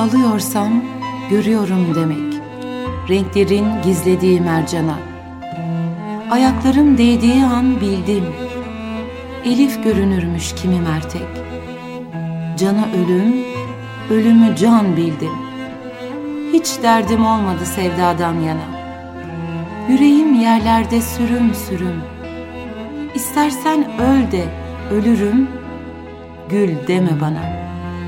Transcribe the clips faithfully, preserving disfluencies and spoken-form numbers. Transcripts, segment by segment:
Ağlıyorsam görüyorum demek, renklerin gizlediği mercana. Ayaklarım değdiği an bildim, elif görünürmüş kimi mertek. Cana ölüm, ölümü can bildim. Hiç derdim olmadı sevdadan yana. Yüreğim yerlerde sürüm sürüm. İstersen öl de ölürüm, gül deme bana.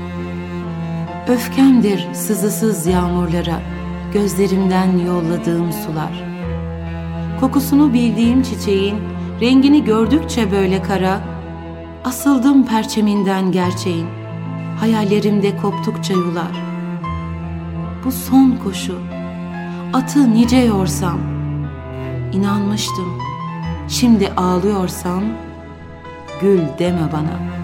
Öfkemdir sızısız yağmurlara, gözlerimden yolladığım sular. Kokusunu bildiğim çiçeğin, rengini gördükçe böyle kara, asıldım perçeminden gerçeğin, hayallerimde koptukça yular. Bu son koşu, atı nice yorsam, inanmıştım, şimdi ağlıyorsam, gül deme bana.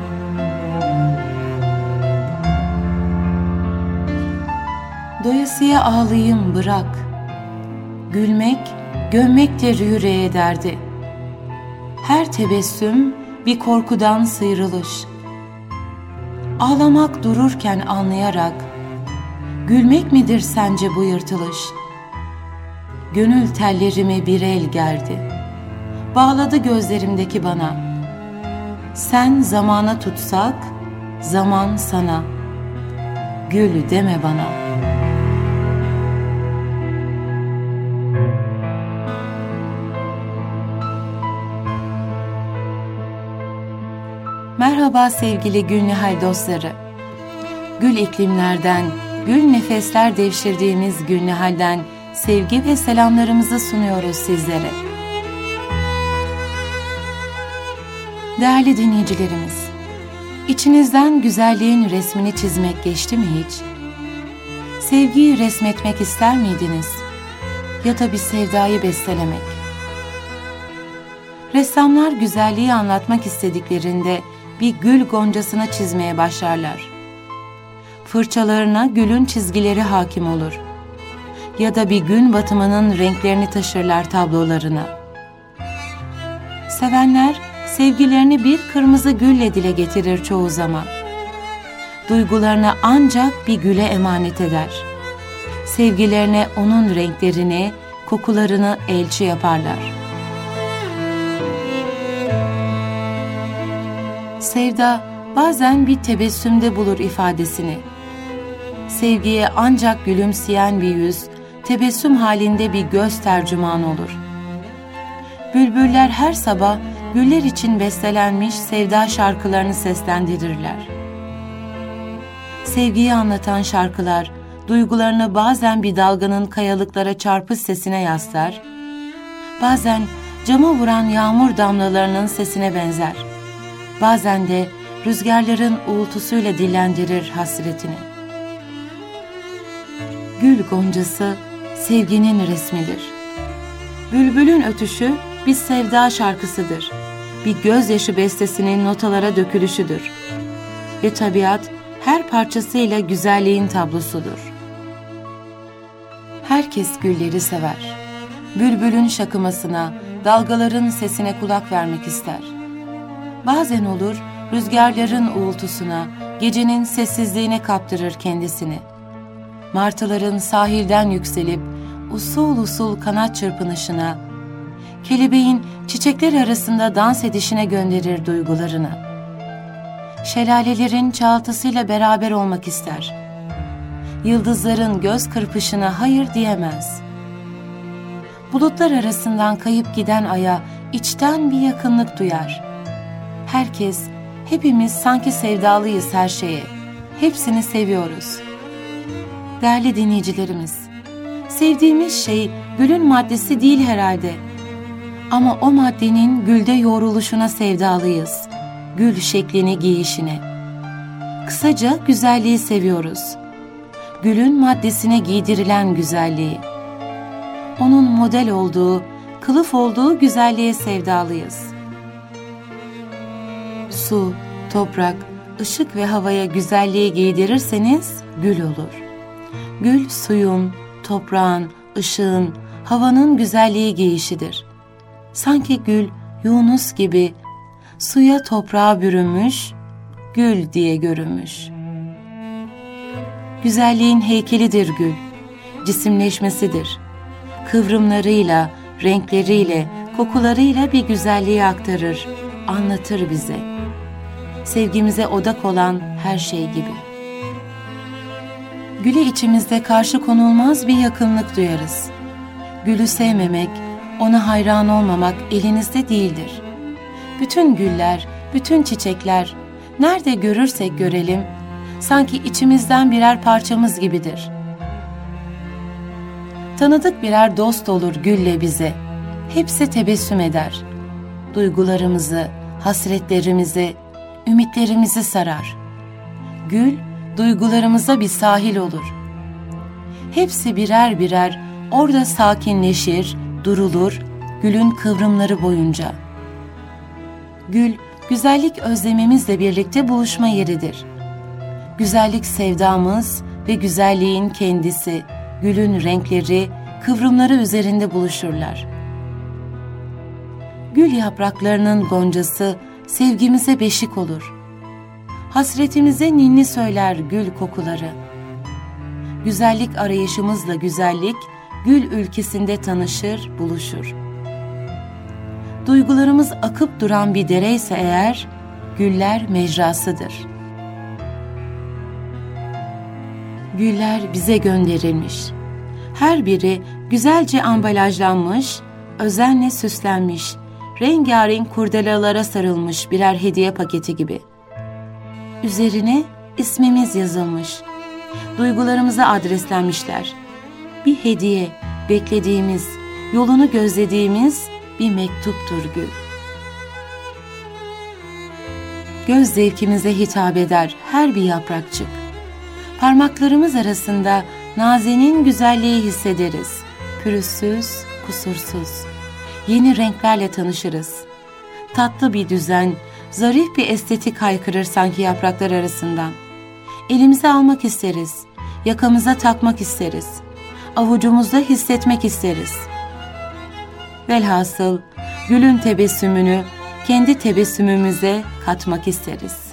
Doyasıya ağlayayım bırak, gülmek, gömmektir yüreğe derdi. Her tebessüm bir korkudan sıyrılış. Ağlamak dururken anlayarak, gülmek midir sence bu yırtılış? Gönül tellerimi bir el gerdi, bağladı gözlerimdeki bana. Sen zamana tutsak, zaman sana, gül deme bana. Merhaba sevgili Gülnihal dostları. Gül iklimlerden, gül nefesler devşirdiğimiz Gülnihal'den sevgi ve selamlarımızı sunuyoruz sizlere. Değerli dinleyicilerimiz, içinizden güzelliğin resmini çizmek geçti mi hiç? Sevgiyi resmetmek ister miydiniz? Ya da bir sevdayı bestelemek? Ressamlar güzelliği anlatmak istediklerinde bir gül goncasını çizmeye başlarlar. Fırçalarına gülün çizgileri hakim olur. Ya da bir gün batımının renklerini taşırlar tablolarına. Sevenler sevgilerini bir kırmızı gülle dile getirir çoğu zaman. Duygularını ancak bir güle emanet eder. Sevgilerine onun renklerini, kokularını elçi yaparlar. Sevda bazen bir tebessümde bulur ifadesini. Sevgiye ancak gülümseyen bir yüz, tebessüm halinde bir göz tercüman olur. Bülbüller her sabah güller için bestelenmiş sevda şarkılarını seslendirirler. Sevgiyi anlatan şarkılar, duygularını bazen bir dalganın kayalıklara çarpış sesine yaslar, bazen cama vuran yağmur damlalarının sesine benzer. Bazen de rüzgarların uğultusuyla dillendirir hasretini. Gül goncası sevginin resmidir. Bülbülün ötüşü bir sevda şarkısıdır. Bir gözyaşı bestesinin notalara dökülüşüdür. Ve tabiat her parçasıyla güzelliğin tablosudur. Herkes gülleri sever. Bülbülün şakımasına, dalgaların sesine kulak vermek ister. Bazen olur, rüzgarların uğultusuna, gecenin sessizliğine kaptırır kendisini. Martıların sahilden yükselip, usul usul kanat çırpınışına, kelebeğin çiçekler arasında dans edişine gönderir duygularını. Şelalelerin çağıltısıyla beraber olmak ister. Yıldızların göz kırpışına hayır diyemez. Bulutlar arasından kayıp giden aya içten bir yakınlık duyar. Herkes, hepimiz sanki sevdalıyız her şeye. Hepsini seviyoruz. Değerli dinleyicilerimiz, sevdiğimiz şey gülün maddesi değil herhalde. Ama o maddenin gülde yoğruluşuna sevdalıyız. Gül şeklini giyişine. Kısaca güzelliği seviyoruz. Gülün maddesine giydirilen güzelliği. Onun model olduğu, kılıf olduğu güzelliğe sevdalıyız. Su, toprak, ışık ve havaya güzelliği giydirirseniz gül olur. Gül suyun, toprağın, ışığın, havanın güzelliği giyişidir. Sanki gül Yunus gibi suya toprağa bürünmüş, gül diye görünmüş. Güzelliğin heykelidir gül, cisimleşmesidir. Kıvrımlarıyla, renkleriyle, kokularıyla bir güzelliği aktarır, anlatır bize. Sevgimize odak olan her şey gibi. Güle içimizde karşı konulmaz bir yakınlık duyarız. Gülü sevmemek, ona hayran olmamak elinizde değildir. Bütün güller, bütün çiçekler, nerede görürsek görelim, sanki içimizden birer parçamız gibidir. Tanıdık birer dost olur gülle bize, hepsi tebessüm eder. Duygularımızı, hasretlerimizi, ümitlerimizi sarar. Gül, duygularımıza bir sahil olur. Hepsi birer birer orada sakinleşir, durulur, gülün kıvrımları boyunca. Gül, güzellik özlemimizle birlikte buluşma yeridir. Güzellik sevdamız ve güzelliğin kendisi, gülün renkleri, kıvrımları üzerinde buluşurlar. Gül yapraklarının goncası sevgimize beşik olur. Hasretimize ninni söyler gül kokuları. Güzellik arayışımızla güzellik, gül ülkesinde tanışır, buluşur. Duygularımız akıp duran bir dere ise eğer, güller mecrasıdır. Güller bize gönderilmiş. Her biri güzelce ambalajlanmış, özenle süslenmiş, rengarenk kurdelalara sarılmış birer hediye paketi gibi. Üzerine ismimiz yazılmış. Duygularımıza adreslenmişler. Bir hediye, beklediğimiz, yolunu gözlediğimiz bir mektuptur gül. Göz zevkimize hitap eder her bir yaprakçık. Parmaklarımız arasında nazenin güzelliği hissederiz. Pürüzsüz, kusursuz. Yeni renklerle tanışırız. Tatlı bir düzen, zarif bir estetik haykırır sanki yapraklar arasından. Elimize almak isteriz, yakamıza takmak isteriz. Avucumuzda hissetmek isteriz. Velhasıl gülün tebessümünü kendi tebessümümüze katmak isteriz.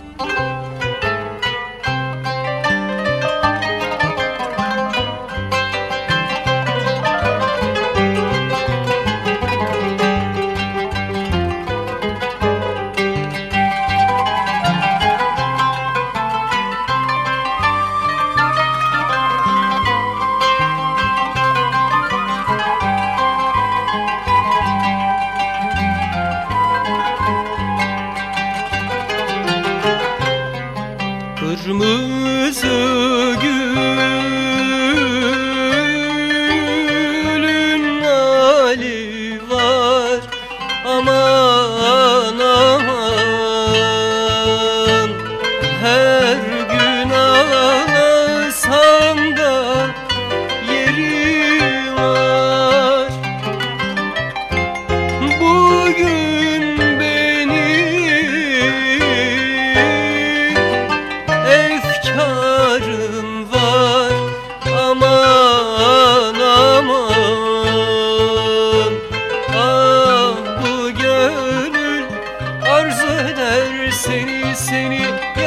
Kırmızı gülün hali var, aman aman. Her gün ağlasam da yeri var. Bugün efkarım var, aman aman. Ah, bu gönül arzu eder seni, seni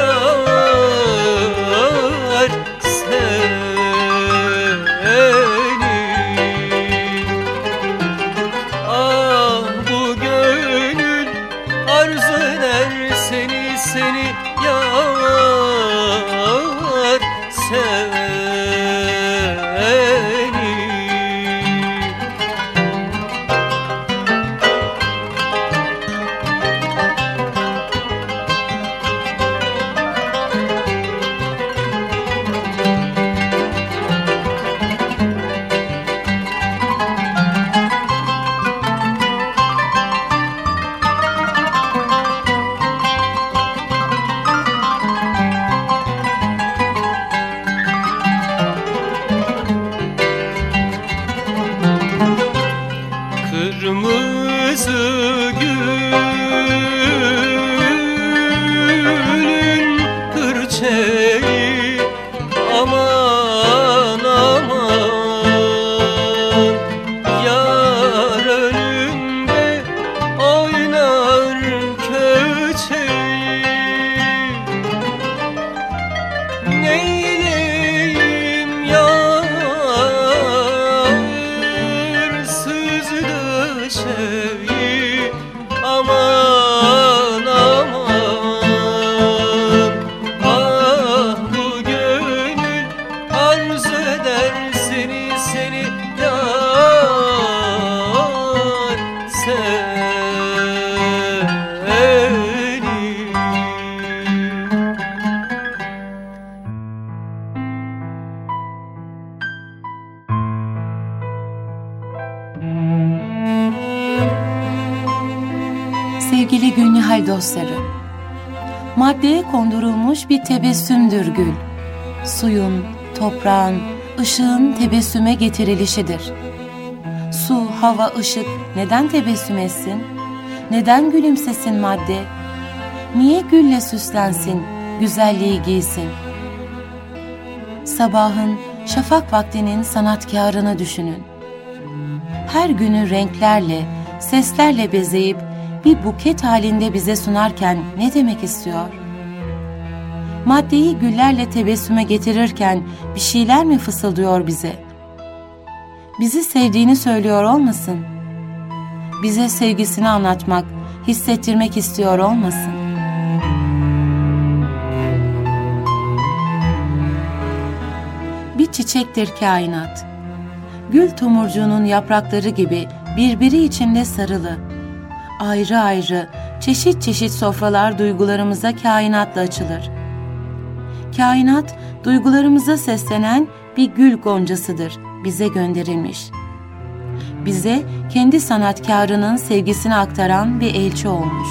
yar, seni. Ah, bu gönül arzu eder seni, seni yar, seni. Sevgili Gülnihal dostları, maddeye kondurulmuş bir tebessümdür gül. Suyun, toprağın, ışığın tebessüme getirilişidir. Su, hava, ışık neden tebessüm etsin? Neden gülümsesin madde? Niye gülle süslensin, güzelliği giysin? Sabahın, şafak vaktinin sanatkarını düşünün. Her günü renklerle, seslerle bezeyip bir buket halinde bize sunarken ne demek istiyor? Maddeyi güllerle tebessüme getirirken bir şeyler mi fısıldıyor bize? Bizi sevdiğini söylüyor olmasın? Bize sevgisini anlatmak, hissettirmek istiyor olmasın? Bir çiçektir kainat. Gül tomurcuğunun yaprakları gibi birbiri içinde sarılı. Ayrı ayrı, çeşit çeşit sofralar duygularımıza kainatla açılır. Kainat, duygularımıza seslenen bir gül goncasıdır, bize gönderilmiş. Bize kendi sanatkarının sevgisini aktaran bir elçi olmuş.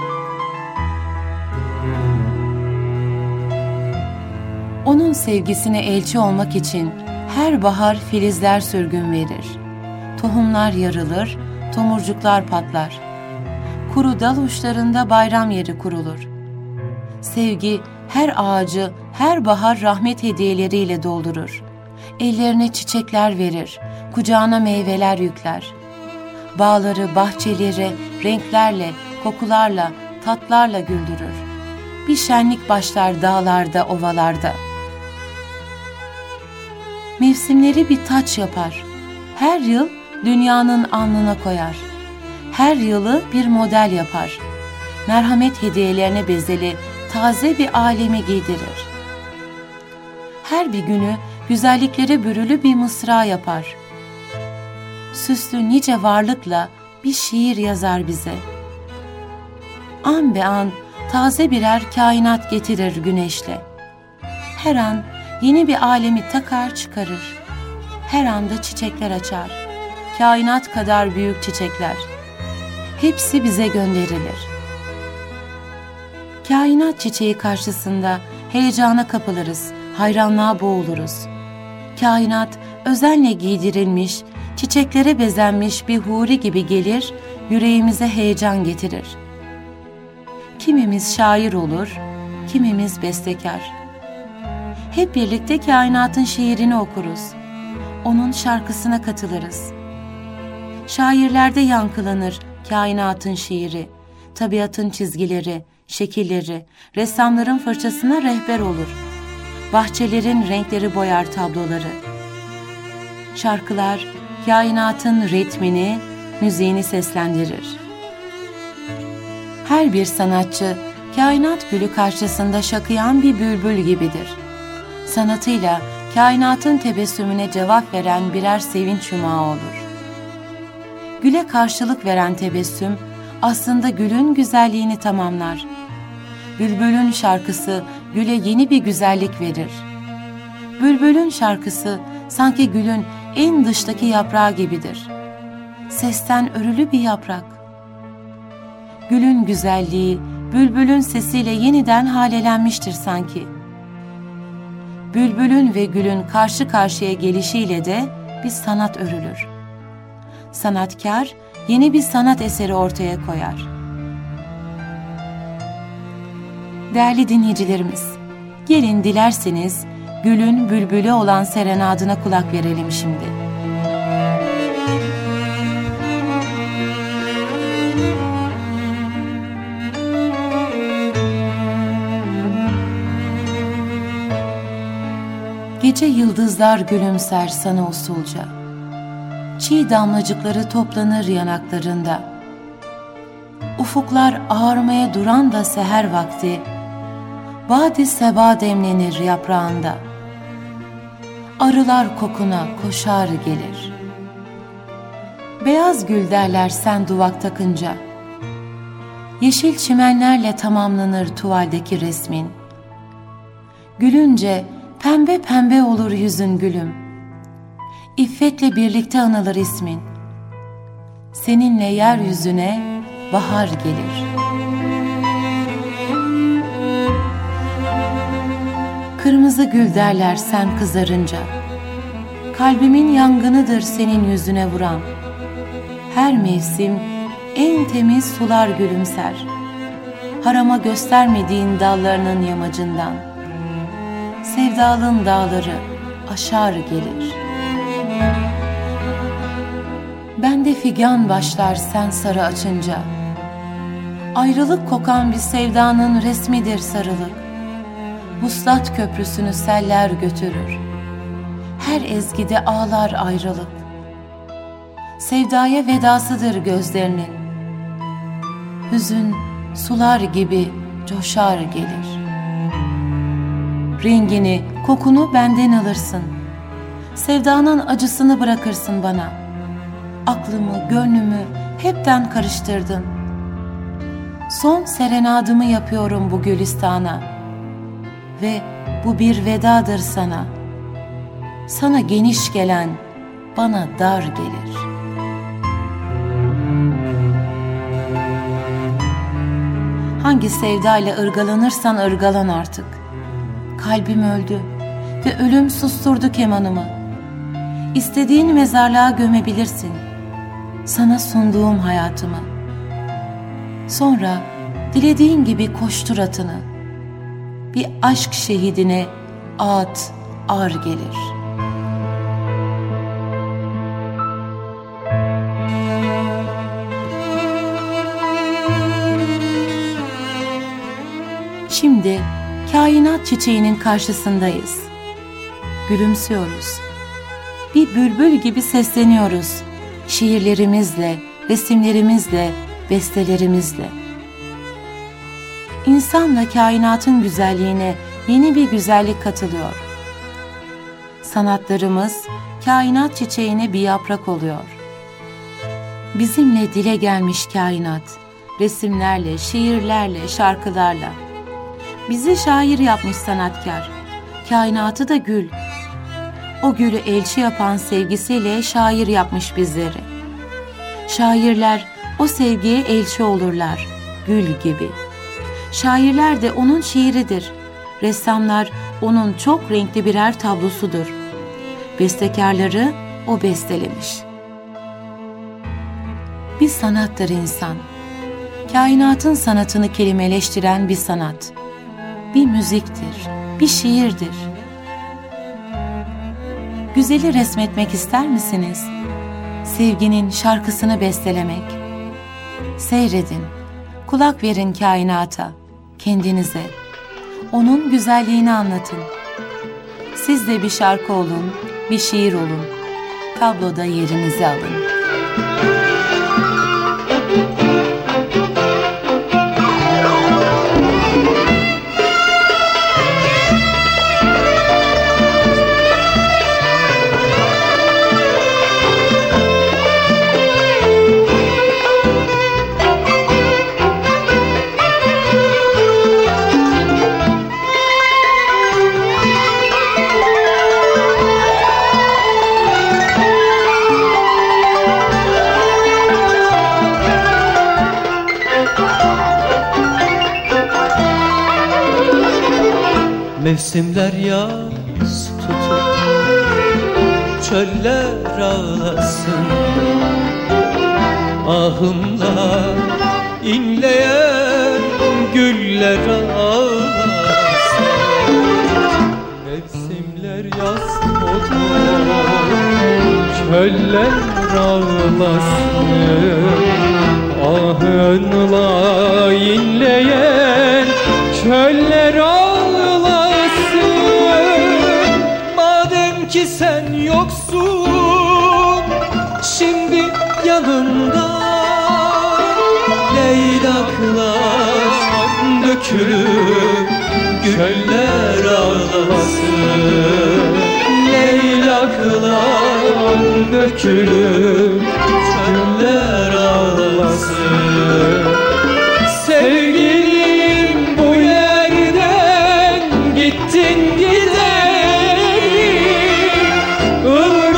Onun sevgisine elçi olmak için her bahar filizler sürgün verir. Tohumlar yarılır, tomurcuklar patlar. Kuru dal uçlarında bayram yeri kurulur. Sevgi her ağacı, her bahar rahmet hediyeleriyle doldurur. Ellerine çiçekler verir, kucağına meyveler yükler. Bağları, bahçeleri renklerle, kokularla, tatlarla güldürür. Bir şenlik başlar dağlarda, ovalarda. Mevsimleri bir taç yapar. Her yıl dünyanın alnına koyar. Her yılı bir model yapar. Merhamet hediyelerine bezeli taze bir alemi giydirir. Her bir günü güzelliklere bürülü bir mısra yapar. Süslü nice varlıkla bir şiir yazar bize. An be an taze birer kainat getirir güneşle. Her an yeni bir alemi takar çıkarır. Her anda çiçekler açar. Kainat kadar büyük çiçekler. Hepsi bize gönderilir. Kainat çiçeği karşısında heyecana kapılırız, hayranlığa boğuluruz. Kainat özenle giydirilmiş, çiçeklere bezenmiş bir huri gibi gelir, yüreğimize heyecan getirir. Kimimiz şair olur, kimimiz bestekar. Hep birlikte kainatın şiirini okuruz. Onun şarkısına katılırız. Şairlerde yankılanır kainatın şiiri, tabiatın çizgileri, şekilleri, ressamların fırçasına rehber olur. Bahçelerin renkleri boyar tabloları. Şarkılar kainatın ritmini, müziğini seslendirir. Her bir sanatçı kainat gülü karşısında şakıyan bir bülbül gibidir. Sanatıyla kainatın tebessümüne cevap veren birer sevinç yumağı olur. Güle karşılık veren tebessüm aslında gülün güzelliğini tamamlar. Bülbülün şarkısı güle yeni bir güzellik verir. Bülbülün şarkısı sanki gülün en dıştaki yaprağı gibidir. Sesten örülü bir yaprak. Gülün güzelliği bülbülün sesiyle yeniden halelenmiştir sanki. Bülbülün ve gülün karşı karşıya gelişiyle de bir sanat örülür. Sanatkar yeni bir sanat eseri ortaya koyar. Değerli dinleyicilerimiz, gelin dilerseniz gülün bülbülü olan serenadına kulak verelim şimdi. Gece yıldızlar gülümser sana usulca. Çiğ damlacıkları toplanır yanaklarında. Ufuklar ağarmaya duran da seher vakti, badi seba demlenir yaprağında. Arılar kokuna koşar gelir. Beyaz gül derler sen duvak takınca. Yeşil çimenlerle tamamlanır tuvaldeki resmin. Gülünce pembe pembe olur yüzün gülüm. İffetle birlikte anılır ismin. Seninle yeryüzüne bahar gelir. Kırmızı gül derler sen kızarınca, kalbimin yangınıdır senin yüzüne vuran. Her mevsim en temiz sular gülümser, harama göstermediğin dallarının yamacından. Sevdalın dağları aşar gelir. Bende figan başlar sen sarı açınca, ayrılık kokan bir sevdanın resmidir sarılık. Vuslat köprüsünü seller götürür, her ezgide ağlar ayrılık. Sevdaya vedasıdır gözlerinin, hüzün sular gibi coşar gelir. Rengini, kokunu benden alırsın, sevdanın acısını bırakırsın bana. Aklımı, gönlümü hepten karıştırdın. Son serenadımı yapıyorum bu gülistana ve bu bir vedadır sana. Sana geniş gelen bana dar gelir. Hangi sevdayla ırgalanırsan ırgalan artık. Kalbim öldü ve ölüm susturdu kemanımı. İstediğin mezarlığa gömebilirsin sana sunduğum hayatımı. Sonra dilediğin gibi koştur atını. Bir aşk şehidine ağıt ağır gelir. Şimdi kainat çiçeğinin karşısındayız. Gülümsüyoruz. Bir bülbül gibi sesleniyoruz. Şiirlerimizle, resimlerimizle, bestelerimizle. İnsanla kainatın güzelliğine yeni bir güzellik katılıyor. Sanatlarımız kainat çiçeğine bir yaprak oluyor. Bizimle dile gelmiş kainat, resimlerle, şiirlerle, şarkılarla. Bizi şair yapmış sanatkar, kainatı da gül. O gülü elçi yapan sevgisiyle şair yapmış bizleri. Şairler o sevgiye elçi olurlar, gül gibi. Şairler de onun şiiridir. Ressamlar onun çok renkli birer tablosudur. Bestekarları o bestelemiş. Bir sanattır insan. Kainatın sanatını kelimeleştiren bir sanat. Bir müziktir, bir şiirdir. Güzeli resmetmek ister misiniz? Sevginin şarkısını bestelemek. Seyredin, kulak verin kainata, kendinize. Onun güzelliğini anlatın. Siz de bir şarkı olun, bir şiir olun. Tabloda yerinizi alın. Mevsimler yaz tutup çöller ağlasın, ahımla inleyen güller ağlasın. Mevsimler yaz tutup çöller ağlasın, ahınla inleyen çöller ağlasın. Ki sen yoksun şimdi yanımda, leylaklar dökülüp güller ağlasın. Leylaklar dökülüp güller ağlasın. Sevgilim bu yerden gittin gider,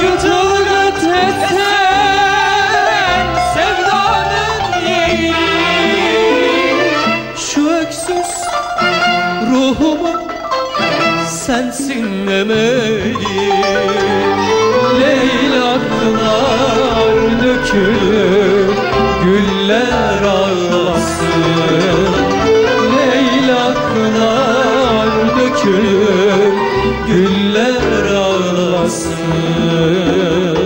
sevdanın yeri. sensin emeli. Leylaklar dökülür, güller ağlasın. Leylaklar dökülür, güller ağlasın.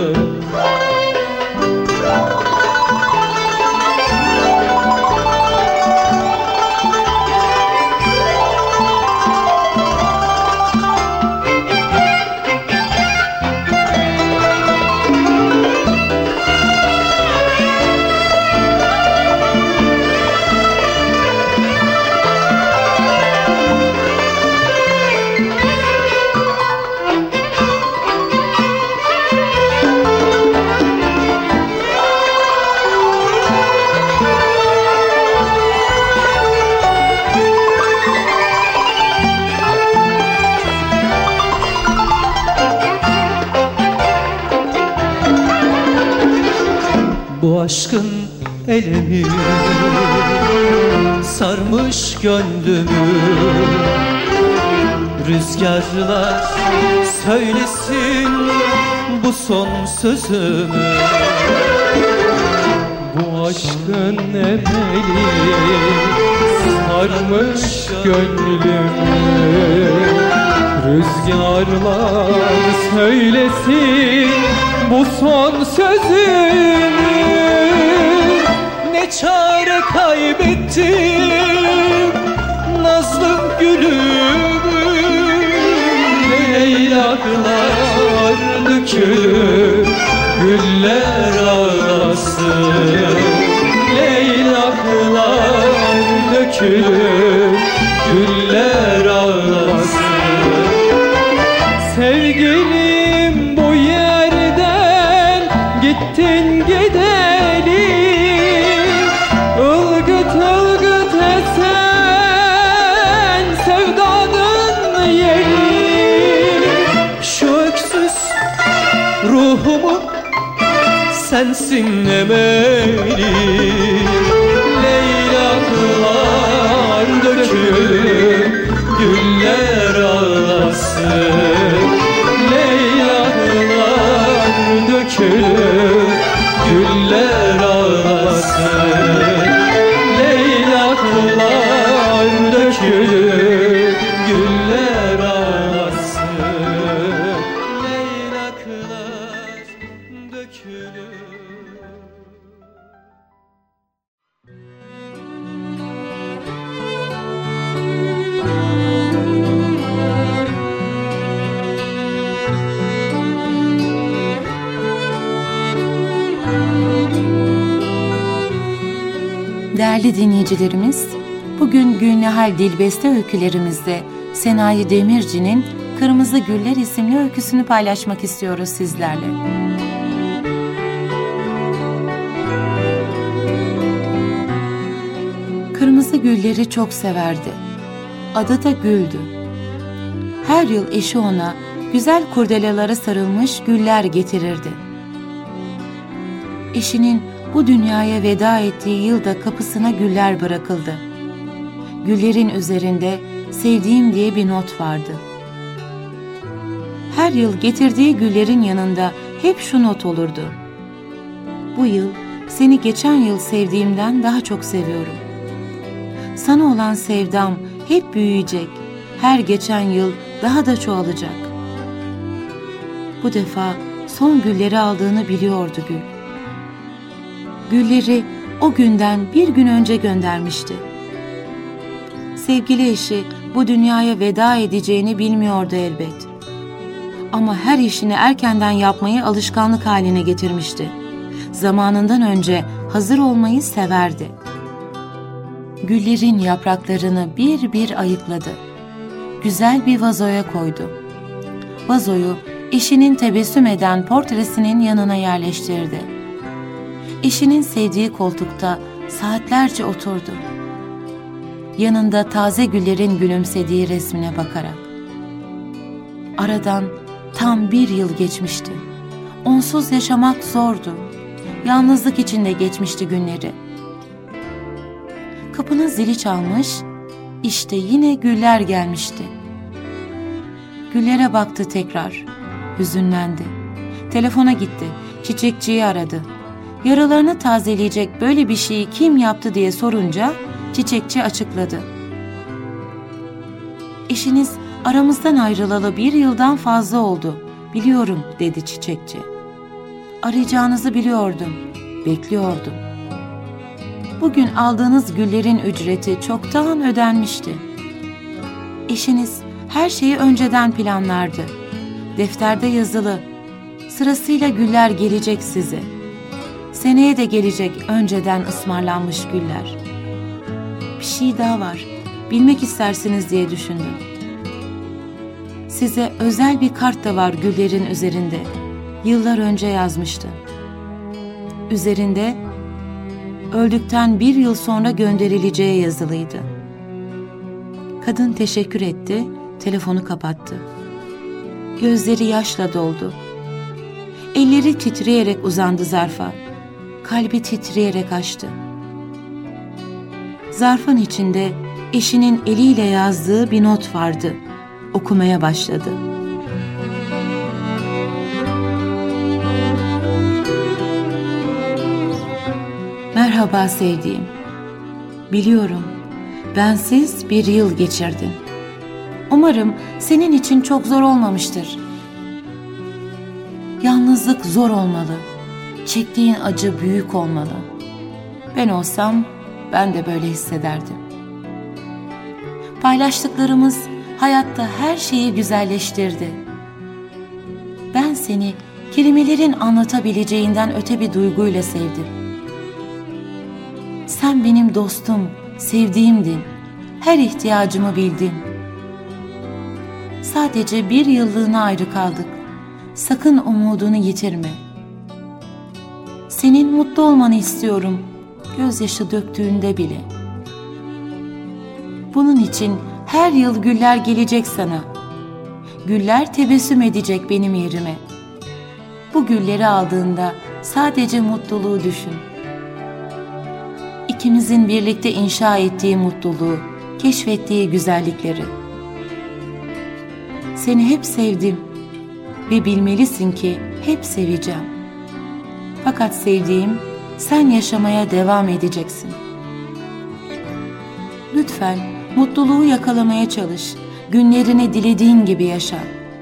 Bu aşkın elemi sarmış gönlümü. Rüzgarlar söylesin bu son sözümü. Bu aşkın emeli sarmış gönlümü. Rüzgarlar söylesin bu son sözümü. Ne çare kaybettim nazlım gülümü. Leylaklar dökülür, güller ağlasın. Leylaklar dökülür, güller ağlasın. Sevgilim bu yerden gittin gideli. Ilgıt ılgıt esen sevdanın yeri. Şu öksüz ruhumu sensin emeli. Leylaklar dökülür, güller ağlasın. Leylaklar dökülür, güller ağlasın. Leylaklar dökülür, güller ağlasın. Leylaklar dökülür. Değerli dinleyicilerimiz, bugün Gülnihal Dilbeste öykülerimizde Senayi Demirci'nin Kırmızı Güller isimli öyküsünü paylaşmak istiyoruz sizlerle. Kırmızı gülleri çok severdi. Adı da Gül'dü. Her yıl eşi ona güzel kurdelalara sarılmış güller getirirdi. Eşinin bu dünyaya veda ettiği yılda kapısına güller bırakıldı. Güllerin üzerinde sevdiğim diye bir not vardı. Her yıl getirdiği güllerin yanında hep şu not olurdu: bu yıl seni geçen yıl sevdiğimden daha çok seviyorum. Sana olan sevdam hep büyüyecek, her geçen yıl daha da çoğalacak. Bu defa son gülleri aldığını biliyordu Gül. Gülleri o günden bir gün önce göndermişti. Sevgili eşi bu dünyaya veda edeceğini bilmiyordu elbet. Ama her işini erkenden yapmayı alışkanlık haline getirmişti. Zamanından önce hazır olmayı severdi. Güllerin yapraklarını bir bir ayıkladı. Güzel bir vazoya koydu. Vazoyu eşinin tebessüm eden portresinin yanına yerleştirdi. Eşinin sevdiği koltukta saatlerce oturdu. Yanında taze güllerin gülümsediği resmine bakarak. Aradan tam bir yıl geçmişti. Onsuz yaşamak zordu. Yalnızlık içinde geçmişti günleri. Kapının zili çalmış, işte yine güller gelmişti. Güllere baktı tekrar. Hüzünlendi. Telefona gitti. Çiçekçiyi aradı. Yaralarını tazeleyecek böyle bir şeyi kim yaptı diye sorunca çiçekçi açıkladı. Eşiniz aramızdan ayrılalı bir yıldan fazla oldu. Biliyorum dedi çiçekçi. Arayacağınızı biliyordum. Bekliyordum. Bugün aldığınız güllerin ücreti çoktan ödenmişti. Eşiniz her şeyi önceden planlardı. Defterde yazılı. Sırasıyla güller gelecek size. Seneye de gelecek önceden ısmarlanmış güller. Bir şey daha var. Bilmek istersiniz diye düşündüm. Size özel bir kart da var güllerin üzerinde. Yıllar önce yazmıştı. Üzerinde öldükten bir yıl sonra gönderileceği yazılıydı. Kadın teşekkür etti, telefonu kapattı. Gözleri yaşla doldu. Elleri titreyerek uzandı zarfa. Kalbi titreyerek açtı. Zarfın içinde eşinin eliyle yazdığı bir not vardı. Okumaya başladı. Merhaba sevdiğim. Biliyorum, bensiz bir yıl geçirdin. Umarım senin için çok zor olmamıştır. Yalnızlık zor olmalı. Çektiğin acı büyük olmalı. Ben olsam ben de böyle hissederdim. Paylaştıklarımız hayatta her şeyi güzelleştirdi. Ben seni kelimelerin anlatabileceğinden öte bir duyguyla sevdim. Sen benim dostum, sevdiğimdin. Her ihtiyacımı bildin. Sadece bir yıllığına ayrı kaldık. Sakın umudunu yitirme. Senin mutlu olmanı istiyorum, gözyaşı döktüğünde bile. Bunun için her yıl güller gelecek sana. Güller tebessüm edecek benim yerime. Bu gülleri aldığında sadece mutluluğu düşün. İkimizin birlikte inşa ettiği mutluluğu, keşfettiği güzellikleri. Seni hep sevdim ve bilmelisin ki hep seveceğim. Fakat sevdiğim, sen yaşamaya devam edeceksin. Lütfen mutluluğu yakalamaya çalış, günlerini dilediğin gibi yaşa.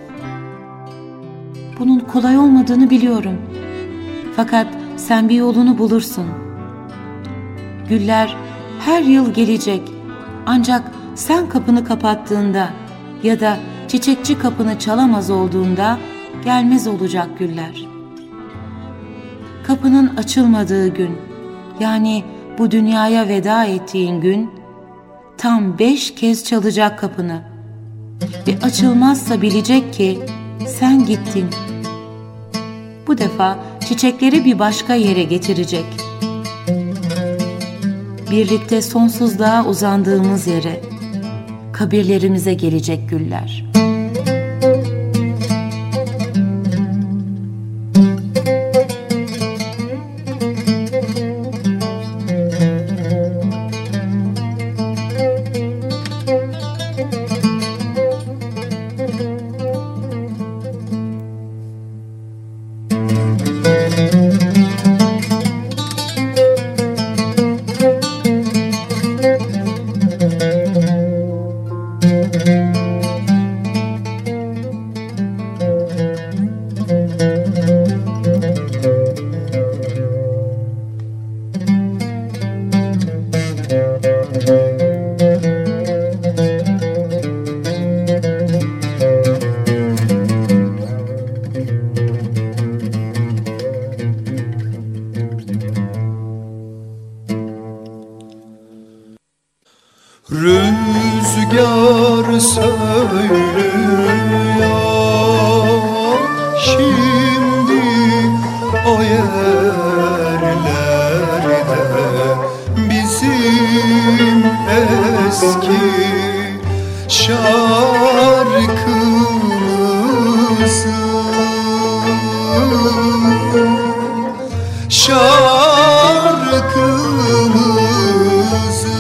Bunun kolay olmadığını biliyorum. Fakat sen bir yolunu bulursun. Güller her yıl gelecek. Ancak sen kapını kapattığında ya da çiçekçi kapını çalamaz olduğunda gelmez olacak güller. Kapının açılmadığı gün, yani bu dünyaya veda ettiğin gün, tam beş kez çalacak kapını. Ve açılmazsa bilecek ki sen gittin. Bu defa çiçekleri bir başka yere getirecek. Birlikte sonsuzluğa uzandığımız yere, kabirlerimize gelecek güller. Rüzgar söylüyor şimdi o yerlerde bizim eski şarkımızı, şarkımızı.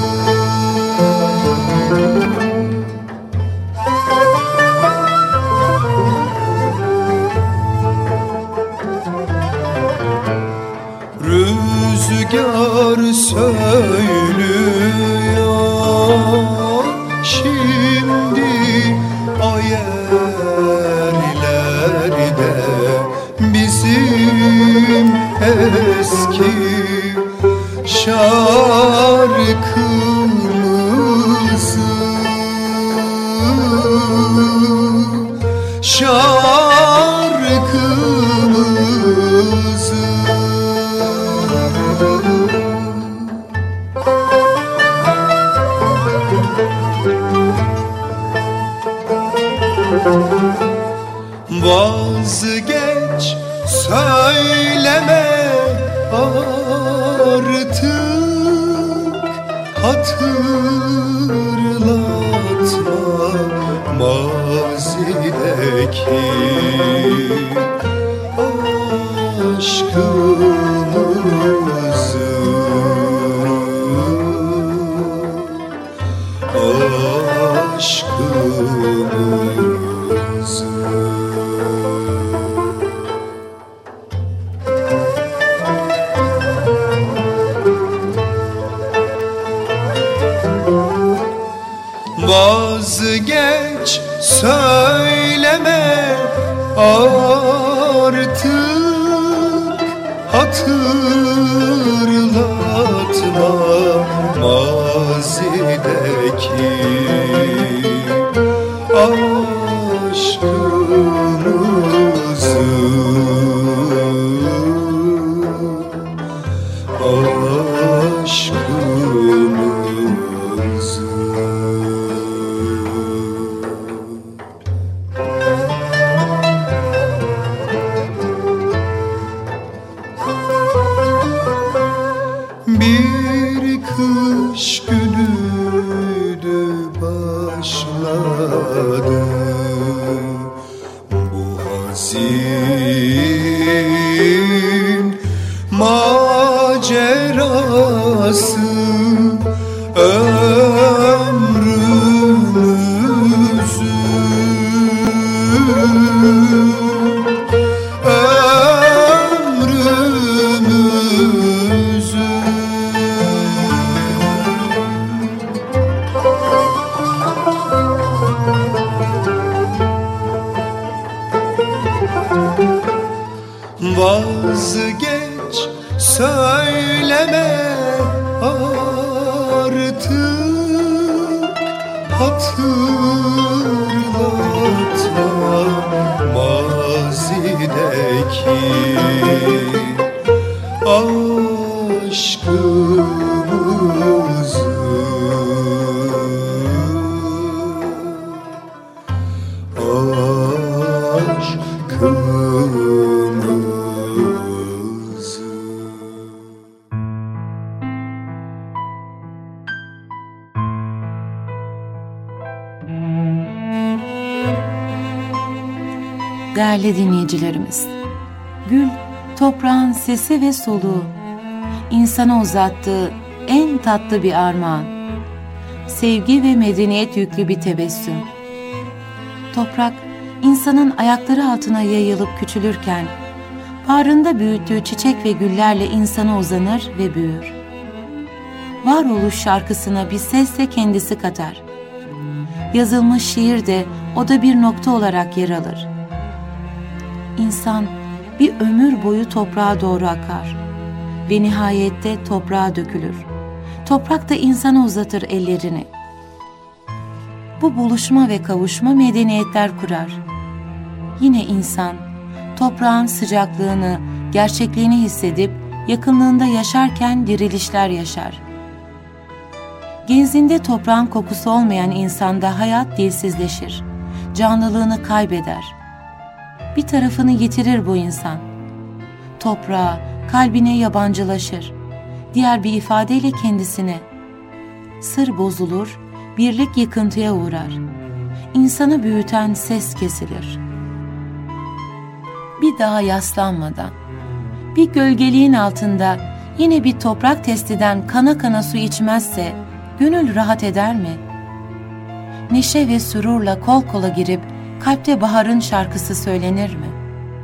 şarkımızı vazgeç söyleme artık, hatırlatma mazideki aşkımızı, aşkımızı. Vazgeç söyleme artık, hatırlatma mazideki aşkımızı, aşkımızı. Bir kış günüydü başladı bu hazin macerası, ömrümüzün vazgeç söyleme artık, hatırlatma mazideki aşkımızı, aşkımızı. Değerli dinleyicilerimiz, gül, toprağın sesi ve soluğu, insana uzattığı en tatlı bir armağan, sevgi ve medeniyet yüklü bir tebessüm. Toprak, insanın ayakları altına yayılıp küçülürken, bağrında büyüttüğü çiçek ve güllerle insana uzanır ve büyür. Varoluş şarkısına bir sesle kendisi katar. Yazılmış şiir de o da bir nokta olarak yer alır. İnsan bir ömür boyu toprağa doğru akar ve nihayette toprağa dökülür. Toprak da insana uzatır ellerini. Bu buluşma ve kavuşma medeniyetler kurar. Yine insan, toprağın sıcaklığını, gerçekliğini hissedip yakınlığında yaşarken dirilişler yaşar. Genzinde toprağın kokusu olmayan insanda hayat dilsizleşir, canlılığını kaybeder. Bir tarafını yitirir bu insan. Toprağa, kalbine yabancılaşır. Diğer bir ifadeyle kendisine. Sır bozulur, birlik yıkıntıya uğrar. İnsanı büyüten ses kesilir. Bir daha yaslanmadan, bir gölgeliğin altında yine bir toprak testiden kana kana su içmezse gönül rahat eder mi? Neşe ve sürurla kol kola girip kalpte baharın şarkısı söylenir mi?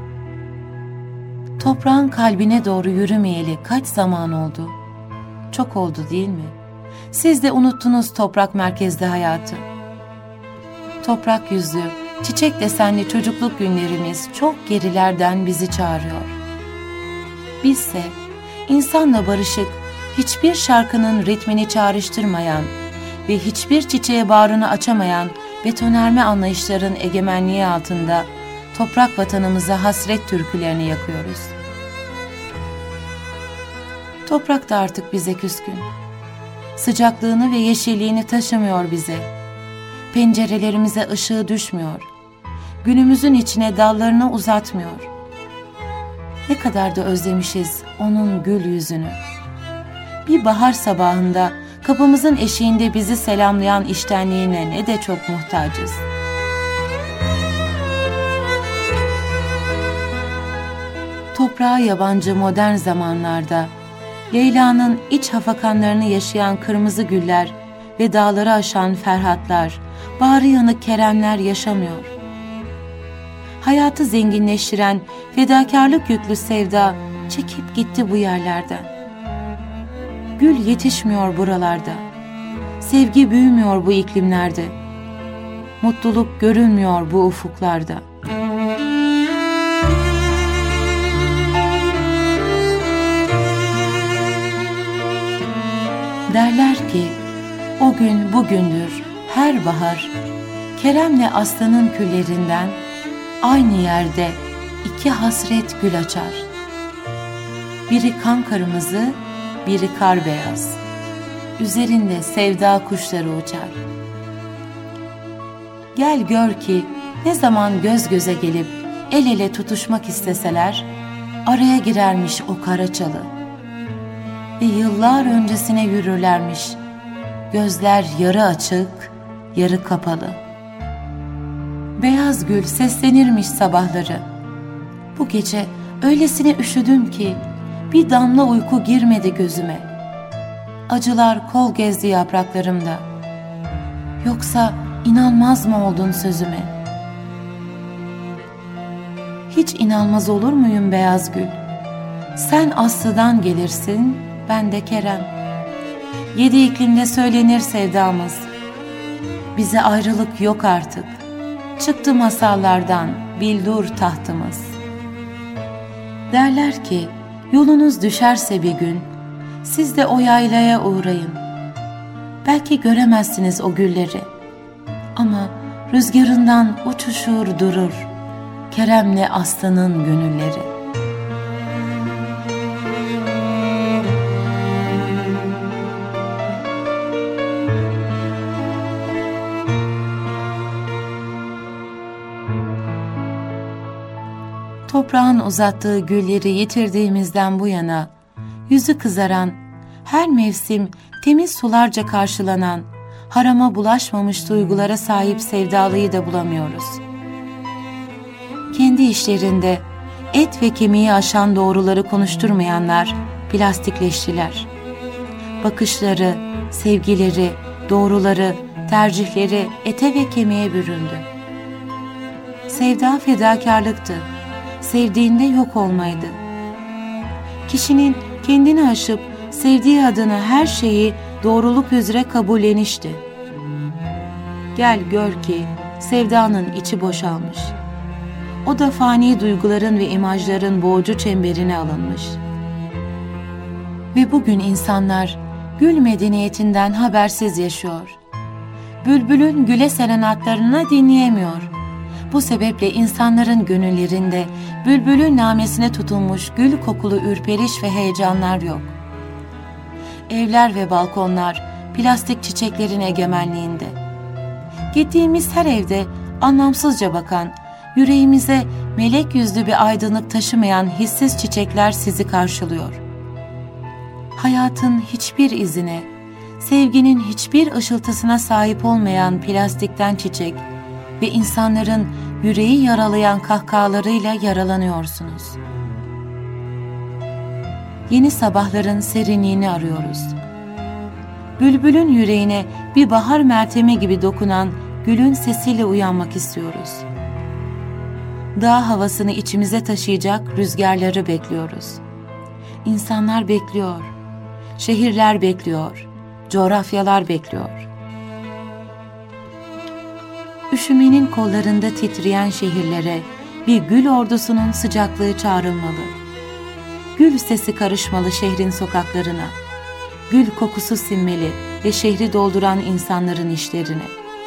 Toprağın kalbine doğru yürümeyeli kaç zaman oldu? Çok oldu değil mi? Siz de unuttunuz toprak merkezli hayatı. Toprak yüzlü, çiçek desenli çocukluk günlerimiz çok gerilerden bizi çağırıyor. Bizse insanla barışık, hiçbir şarkının ritmini çağrıştırmayan ve hiçbir çiçeğe bağrını açamayan betonerme anlayışların egemenliği altında toprak vatanımıza hasret türkülerini yakıyoruz. Toprak da artık bize küskün. Sıcaklığını ve yeşilliğini taşımıyor bize. Pencerelerimize ışığı düşmüyor. Günümüzün içine dallarını uzatmıyor. Ne kadar da özlemişiz onun gül yüzünü. Bir bahar sabahında kapımızın eşiğinde bizi selamlayan içtenliğine ne de çok muhtacız. Toprağa yabancı modern zamanlarda Leyla'nın iç hafakanlarını yaşayan kırmızı güller ve dağları aşan Ferhatlar, bağrı yanık Keremler yaşamıyor. Hayatı zenginleştiren fedakarlık yüklü sevda çekip gitti bu yerlerden. Gül yetişmiyor buralarda. Sevgi büyümüyor bu iklimlerde. Mutluluk görünmüyor bu ufuklarda. Derler ki o gün bugündür her bahar Kerem'le aslanın küllerinden aynı yerde iki hasret gül açar. Biri kan kırmızı, biri kar beyaz. Üzerinde sevda kuşları uçar. Gel gör ki ne zaman göz göze gelip el ele tutuşmak isteseler araya girermiş o kara çalı. Ve yıllar öncesine yürürlermiş. Gözler yarı açık, yarı kapalı. Beyaz gül seslenirmiş sabahları. Bu gece öylesine üşüdüm ki bir damla uyku girmedi gözüme. Acılar kol gezdi yapraklarımda. Yoksa inanmaz mı oldun sözüme? Hiç inanmaz olur muyum beyaz gül? Sen Aslı'dan gelirsin, ben de Kerem. Yedi iklimde söylenir sevdamız. Bize ayrılık yok artık. Çıktı masallardan, bildur tahtımız. Derler ki, yolunuz düşerse bir gün, siz de o yaylaya uğrayın. Belki göremezsiniz o gülleri. Ama rüzgarından uçuşur durur Kerem'le Aslı'nın gönülleri. Toprağın uzattığı gülleri yitirdiğimizden bu yana, yüzü kızaran, her mevsim temiz sularca karşılanan, harama bulaşmamış duygulara sahip sevdalıyı da bulamıyoruz. Kendi işlerinde et ve kemiği aşan doğruları konuşturmayanlar plastikleştiler. Bakışları, sevgileri, doğruları, tercihleri ete ve kemiğe büründü. Sevda fedakarlıktı. Sevdiğinde yok olmaydı. Kişinin kendini aşıp sevdiği adına her şeyi doğruluk üzere kabullenişti. Gel gör ki sevdanın içi boşalmış. O da fani duyguların ve imajların boğucu çemberine alınmış. Ve bugün insanlar gül medeniyetinden habersiz yaşıyor. Bülbülün güle serenatlarını dinleyemiyor. Bu sebeple insanların gönüllerinde bülbülün namesine tutulmuş gül kokulu ürperiş ve heyecanlar yok. Evler ve balkonlar plastik çiçeklerin egemenliğinde. Gittiğimiz her evde anlamsızca bakan, yüreğimize melek yüzlü bir aydınlık taşımayan hissiz çiçekler sizi karşılıyor. Hayatın hiçbir izine, sevginin hiçbir ışıltısına sahip olmayan plastikten çiçek ve insanların yüreği yaralayan kahkahalarıyla yaralanıyorsunuz. Yeni sabahların serinliğini arıyoruz. Bülbülün yüreğine bir bahar meltemi gibi dokunan gülün sesiyle uyanmak istiyoruz. Dağ havasını içimize taşıyacak rüzgarları bekliyoruz. İnsanlar bekliyor, şehirler bekliyor, coğrafyalar bekliyor. Üşümenin kollarında titreyen şehirlere bir gül ordusunun sıcaklığı çağrılmalı. Gül sesi karışmalı şehrin sokaklarına. gül kokusu sinmeli ve şehri dolduran insanların işlerini.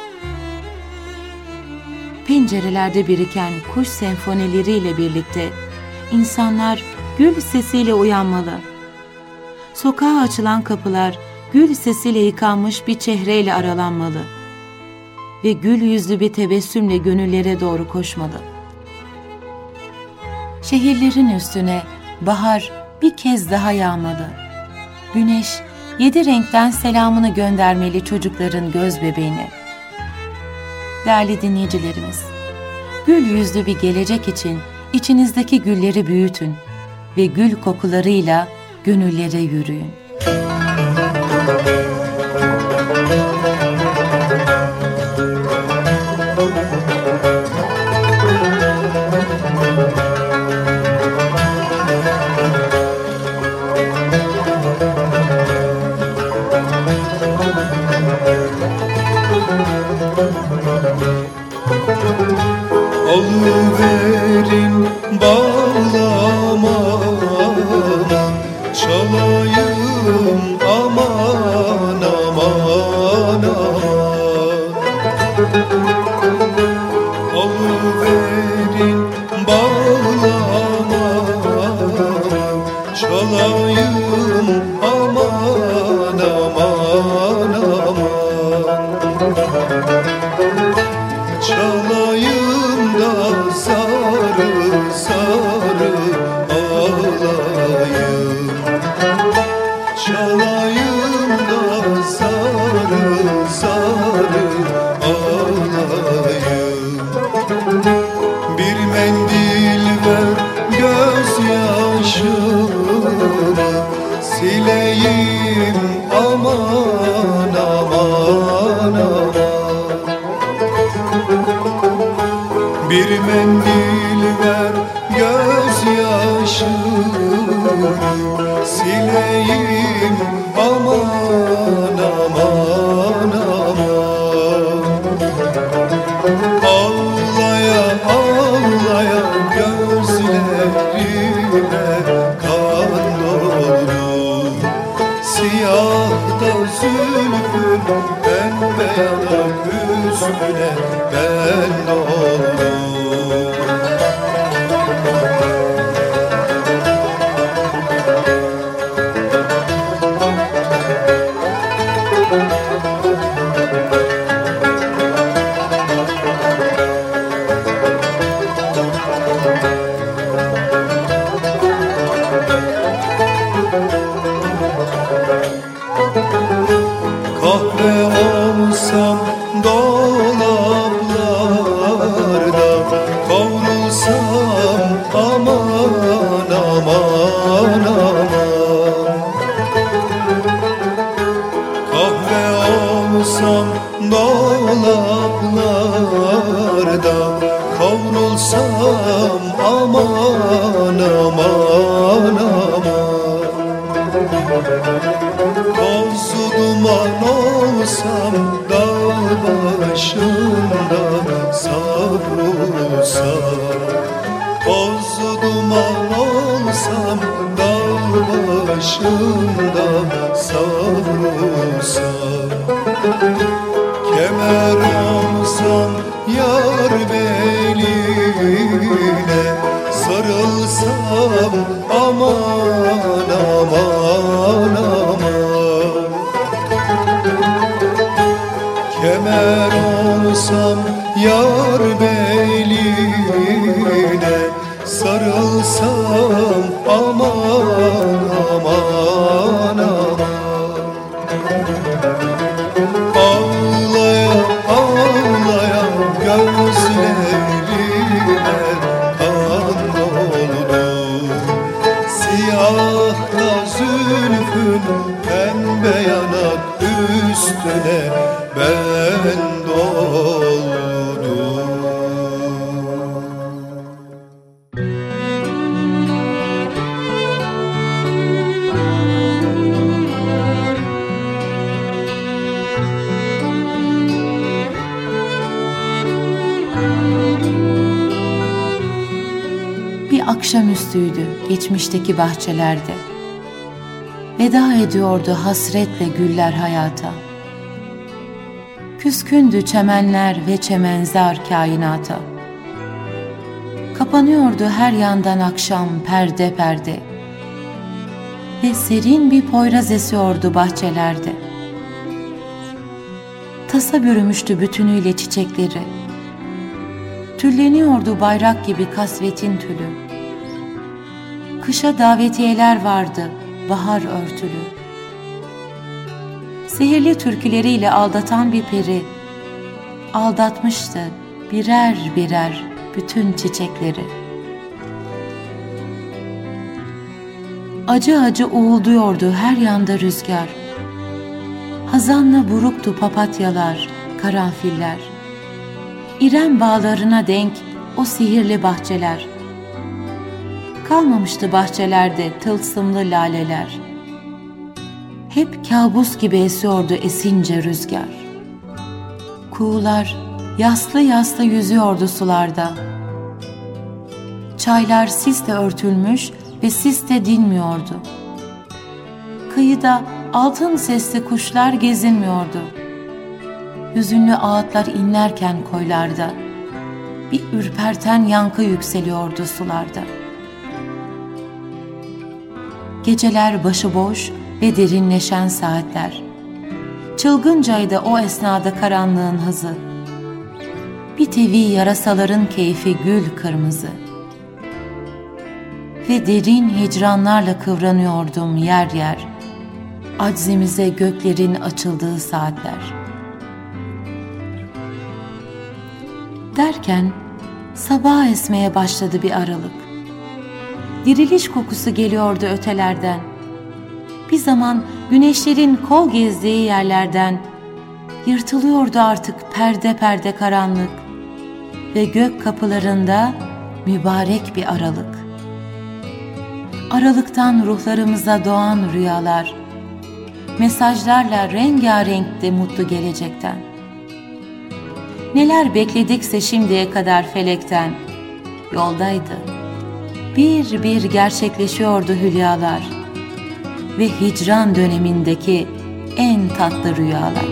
Pencerelerde biriken kuş senfonileriyle birlikte insanlar gül sesiyle uyanmalı. Sokağa açılan kapılar gül sesiyle yıkanmış bir çehreyle aralanmalı ve gül yüzlü bir tebessümle gönüllere doğru koşmalı. Şehirlerin üstüne bahar bir kez daha yağmalı. Güneş yedi renkten selamını göndermeli çocukların göz bebeğine. Değerli dinleyicilerimiz, gül yüzlü bir gelecek için içinizdeki gülleri büyütün ve gül kokularıyla gönüllere yürüyün. Alıverin bağlamamı, çalayım aman aman aman. Alıverin bağlamamı, çalayım aman aman aman. Çalayım da sarı sarı ağlayım, çalayım da sarı sarı ağlayım. Bir mendil ver gözyaşımı, sileyim aman aman aman. Bir mendil ver gözyaşımı, sileyim aman aman aman. Ağlaya ağlaya gözlerime kan doldu, siyah da zülfün pembe yanak üstüne ben doldum. Kahve olsam dolaplarda, kavrulsam aman aman aman. Kahve olsam dolaplarda, kavrulsam aman aman aman. Toz duman olsam dağ başında savrulsam, toz duman olsam dağ başında savrulsam. Kemer olsam yar beline, sarılsam aman aman aman. Kemer olsam yar beline, sarılsam aman aman aman. Ağlaya ağlaya gözlerime kan doldu, siyah da zülfün pembe yanak üstüne ben doldum. Bir akşamüstüydü geçmişteki bahçelerde. Veda ediyordu hasretle güller hayata. Küskündü çemenler ve çemenzar kainata. Kapanıyordu her yandan akşam perde perde. Ve serin bir poyraz esiyordu bahçelerde. Tasa bürümüştü bütünüyle çiçekleri. Tülleniyordu bayrak gibi kasvetin tülü. Kışa davetiyeler vardı, bahar örtülü. Sihirli türküleriyle aldatan bir peri, aldatmıştı birer birer bütün çiçekleri. Acı acı uğulduyordu her yanda rüzgar. Hazanla buruktu papatyalar, karanfiller. İrem bağlarına denk o sihirli bahçeler. Kalmamıştı bahçelerde tılsımlı laleler. Hep kabus gibi esiyordu esince rüzgar. Kuğular yaslı yaslı yüzüyordu sularda. Çaylar sisle örtülmüş ve sis de dinmiyordu. Kıyıda altın sesli kuşlar gezinmiyordu. Hüzünlü ağıtlar inlerken koylarda, bir ürperten yankı yükseliyordu sularda. Geceler başıboş ve derinleşen saatler. Çılgıncaydı o esnada karanlığın hızı. Bir tevi yarasaların keyfi gül kırmızı. Ve derin hicranlarla kıvranıyordum yer yer. Aczimize göklerin açıldığı saatler. Derken sabah esmeye başladı bir aralık. Diriliş kokusu geliyordu ötelerden. Bir zaman güneşlerin kol gezdiği yerlerden yırtılıyordu artık perde perde karanlık ve gök kapılarında mübarek bir aralık. Aralıktan ruhlarımıza doğan rüyalar, mesajlarla rengarenkti mutlu gelecekten. Neler bekledikse şimdiye kadar felekten, yoldaydı. Bir bir gerçekleşiyordu hülyalar ve hicran dönemindeki en tatlı rüyalar.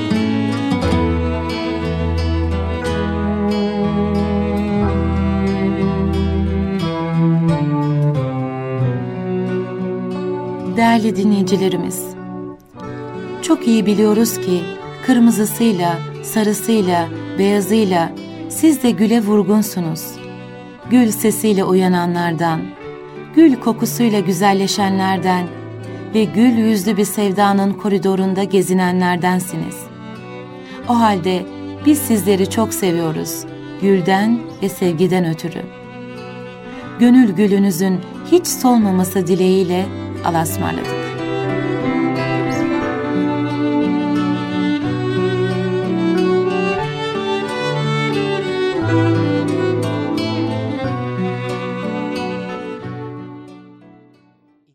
Değerli dinleyicilerimiz, çok iyi biliyoruz ki kırmızısıyla, sarısıyla, beyazıyla siz de güle vurgunsunuz. Gül sesiyle uyananlardan, gül kokusuyla güzelleşenlerden ve gül yüzlü bir sevdanın koridorunda gezinenlerdensiniz. O halde biz sizleri çok seviyoruz, gülden ve sevgiden ötürü. Gönül gülünüzün hiç solmaması dileğiyle Allah'a ısmarladık.